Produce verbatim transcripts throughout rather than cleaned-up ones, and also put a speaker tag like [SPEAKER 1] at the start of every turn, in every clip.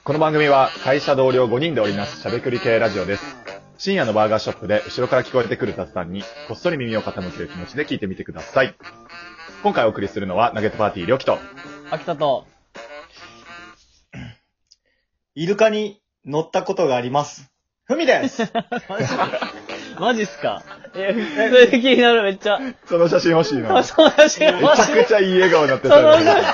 [SPEAKER 1] この番組は会社同僚ごにんで織りなすしゃべくり系ラジオです。深夜のバーガーショップで後ろから聞こえてくる雑談にこっそり耳を傾ける気持ちで聞いてみてください。今回お送りするのはナゲットパーティーりょうきと
[SPEAKER 2] 秋田と
[SPEAKER 3] イルカに乗ったことがあります。ふみです。
[SPEAKER 2] マジっすか？え、それ気になる、めっちゃ。
[SPEAKER 1] その写真欲しいな。
[SPEAKER 2] その写真欲しい。
[SPEAKER 1] めちゃくちゃいい笑顔になって
[SPEAKER 2] その写真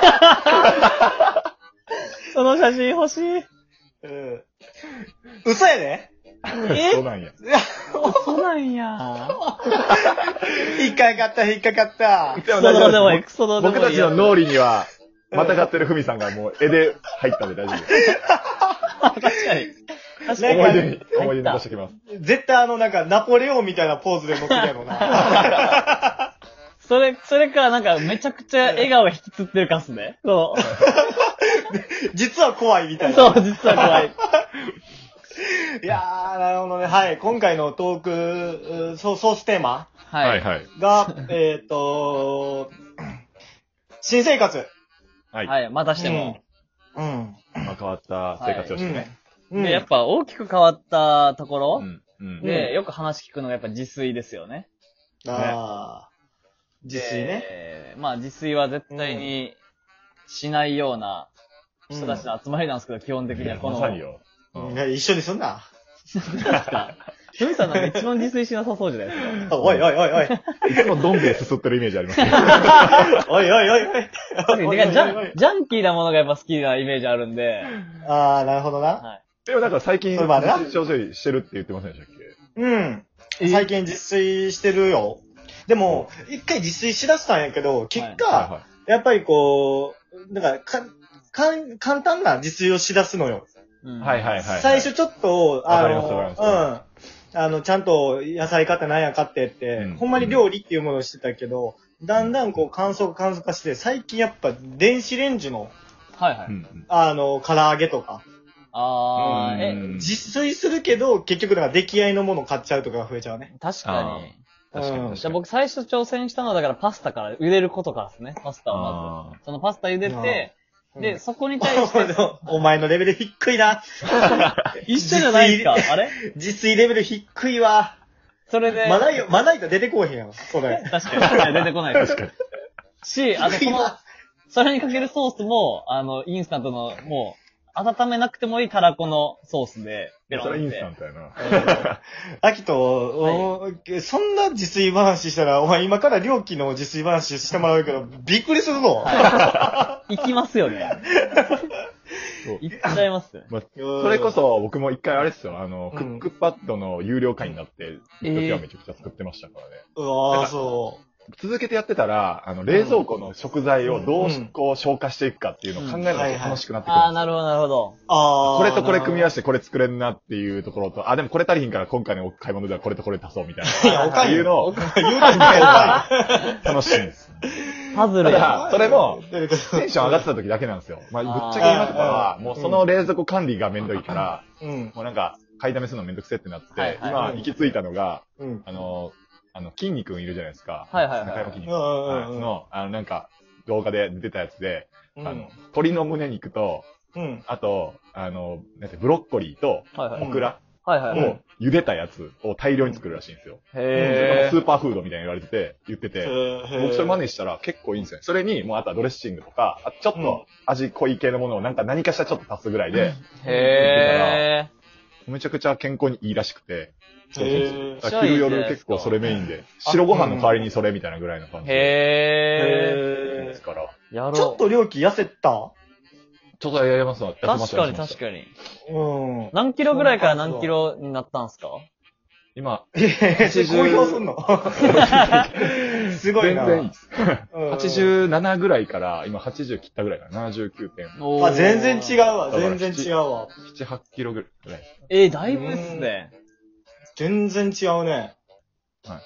[SPEAKER 2] その写真欲しい。
[SPEAKER 3] うん。嘘やで？
[SPEAKER 2] え？
[SPEAKER 1] そうなんや。
[SPEAKER 2] そうなんや。
[SPEAKER 3] 引っかかった、引っかかった。
[SPEAKER 2] クソどうでもいい、クソどうでもいい。
[SPEAKER 1] 僕たちの脳裏には、またがってるふみさんがもう絵で入ったんで大丈夫です。
[SPEAKER 2] 確かに。
[SPEAKER 3] 確かに。
[SPEAKER 1] 思い出に、思い出に残しておきます。
[SPEAKER 3] 絶対あのなんかナポレオンみたいなポーズで乗ってるやろな。
[SPEAKER 2] それ、それかなんかめちゃくちゃ笑顔が引きつってるかっすね。そう。
[SPEAKER 3] 実は怖いみたいな。
[SPEAKER 2] そう、実は怖い。
[SPEAKER 3] いやー、なるほどね。はい。今回のトーク、ソーステーマ
[SPEAKER 2] はい。
[SPEAKER 1] はいはい。
[SPEAKER 3] が、えっと、新生活。
[SPEAKER 1] はい。
[SPEAKER 2] はい、またしても。
[SPEAKER 3] うん。
[SPEAKER 1] まあ変わった生活をしてね。
[SPEAKER 3] うん。
[SPEAKER 2] で、やっぱ大きく変わったところ、
[SPEAKER 1] うん。うん。
[SPEAKER 2] で、よく話聞くのがやっぱ自炊ですよね。
[SPEAKER 3] ああ。自炊ね。
[SPEAKER 2] えー、まあ自炊は絶対にしないような人たちの集まりなんですけど、基本的にはこの。
[SPEAKER 1] まさによ。
[SPEAKER 3] うん、一緒にすんな。
[SPEAKER 2] 何ですか？ふみさんなんか一番自炊しなさそうじゃないですか。
[SPEAKER 3] おいおいおいおい。
[SPEAKER 1] いつもどん兵衛すすってるイメージありますね。
[SPEAKER 3] おいおいおいおい。
[SPEAKER 2] てかジャン、ジャンキーなものがやっぱ好きなイメージあるんで。
[SPEAKER 3] ああ、なるほどな。
[SPEAKER 2] はい。
[SPEAKER 1] でもなんか最近、
[SPEAKER 3] それもあるな
[SPEAKER 1] 自炊ちょいしてるって言ってませんでしたっけ？
[SPEAKER 3] うん。最近自炊してるよ。でも、一回自炊しだしたんやけど、結果、
[SPEAKER 1] はいはい、
[SPEAKER 3] やっぱりこう、だからか、か、簡単な自炊をしだすのよ。
[SPEAKER 2] うん、
[SPEAKER 1] はいはいはい、はい。
[SPEAKER 3] 最初ちょっと、あの、
[SPEAKER 1] うん。
[SPEAKER 3] あの、ちゃんと野菜買って何や買ってって、うん、ほんまに料理っていうものをしてたけど、だんだんこう乾燥乾燥化して、最近やっぱ電子レンジの、
[SPEAKER 2] はいはい。
[SPEAKER 3] あの、唐揚げとか。
[SPEAKER 2] ああ、え、
[SPEAKER 3] 自炊するけど、結局だから出来合いのものを買っちゃうとかが増えちゃうね。
[SPEAKER 2] 確かに。
[SPEAKER 1] 確かに確かに。
[SPEAKER 2] じゃあ僕最初挑戦したのはだからパスタから茹でることからですね。パスタをまず。そのパスタ茹でて、で、そこに対して。
[SPEAKER 3] お前のレベル低いな。
[SPEAKER 2] 一緒じゃないですか？あれ
[SPEAKER 3] 自炊レベル低いわ。
[SPEAKER 2] それで。
[SPEAKER 3] まないよ、まないと出てこへんやん。それ。
[SPEAKER 2] 確かに。出てこないです。確かに。し、あとその、それにかけるソースも、あの、インスタントの、もう、温めなくてもいいたらこのソースで、
[SPEAKER 1] ベロンって。それインスタントやな。
[SPEAKER 3] アキト、はい、そんな自炊話したら、お前今から料金の自炊話してもらうけど、びっくりするぞ。
[SPEAKER 2] はい、行きますよね。行っちゃいますよ、ね。
[SPEAKER 1] まあ、それこそ僕も一回あれですよ、あの、うん、クックパッドの有料会員になって、一時はめちゃくちゃ作ってましたからね。
[SPEAKER 3] えー、うわー、そう。
[SPEAKER 1] 続けてやってたら、あの、冷蔵庫の食材をどう、こう、消化していくかっていうのを考えるのが楽しくなってくるんですよ。
[SPEAKER 2] ああ、なるほど、なるほど。
[SPEAKER 3] ああ。
[SPEAKER 1] これとこれ組み合わせてこれ作れんなっていうところと、あ、でもこれ足りひんから今回の買い物ではこれとこれ足そうみたいな。
[SPEAKER 3] いや、おかん
[SPEAKER 1] いうのを、
[SPEAKER 3] 言うてみたら
[SPEAKER 1] 楽しいんです。
[SPEAKER 2] パズルや。
[SPEAKER 1] それも、テンション上がってた時だけなんですよ。まあ、ぶっちゃけ今とかは、もうその冷蔵庫管理がめんどいから、うん、もうなんか、買いだめするのめんどくせってなって、はいはい、今行き着いたのが、うん、あの、あの、筋肉いるじゃないですか。
[SPEAKER 2] はいはいはい。
[SPEAKER 1] 中山筋肉。の、あの、なんか、動画で出たやつで、うん、あの、鶏の胸肉と、うん、あと、あの、なんて、ブロッコリーと、オクラを茹でたやつを大量に作るらしいんですよ。へー。スーパーフードみたいに言われてて、言ってて、僕それ真似したら結構いいんですよ。それに、もうあとはドレッシングとか、あちょっと味濃い系のものをなんか何かしらちょっと足すぐらいで、へー。めちゃくちゃ健康にいいらしくて、そうそうそう。昼夜結構それメインで、白ご飯の代わりにそれみたいなぐらいの感じで。
[SPEAKER 2] へー。
[SPEAKER 1] ですから。
[SPEAKER 3] やろう。ちょっと料金痩せた？
[SPEAKER 1] ちょっとやりますわ。
[SPEAKER 2] 確かに確かに。
[SPEAKER 3] うん。
[SPEAKER 2] 何キロぐらいから何キロになったんすか？
[SPEAKER 1] 今、
[SPEAKER 3] はちじゅう。公表すんのすごいな。
[SPEAKER 1] 全然いいです。はちじゅうななぐらいから、今はちじゅう切ったぐらいかな。ななじゅうきゅうてん。
[SPEAKER 3] あ、全然違うわ。全然違うわ。
[SPEAKER 1] なな、はちキロぐらい。
[SPEAKER 2] えー、だいぶっすね。
[SPEAKER 3] 全然違うね。
[SPEAKER 1] はい。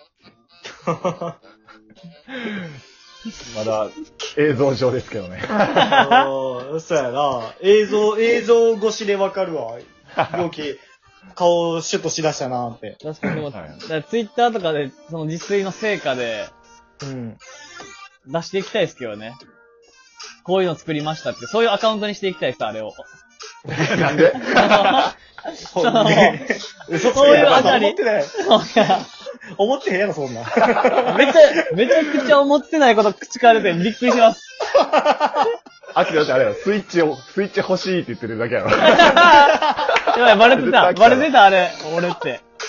[SPEAKER 1] まだ映像上ですけどね。
[SPEAKER 3] ああ、そうやな。映像、映像越しでわかるわ。料金、顔シュッとしだしたなって。
[SPEAKER 2] 確かに、はい、ツイッターとかで、その自炊の成果で、うん。出していきたいですけどね。こういうの作りましたって、そういうアカウントにしていきたいです、あれを。
[SPEAKER 1] なんで
[SPEAKER 3] ほんで嘘つ
[SPEAKER 2] そういうあたり。
[SPEAKER 3] 思ってない。思ってへんやろ、そんな。
[SPEAKER 2] めちゃ、めちゃくちゃ思ってないこと口から出てびっくりします。
[SPEAKER 1] あきだってあれやろ、スイッチを、スイッチ欲しいって言ってるだけやろ。
[SPEAKER 2] やばい、バレてた。バレてた、あれ。俺って。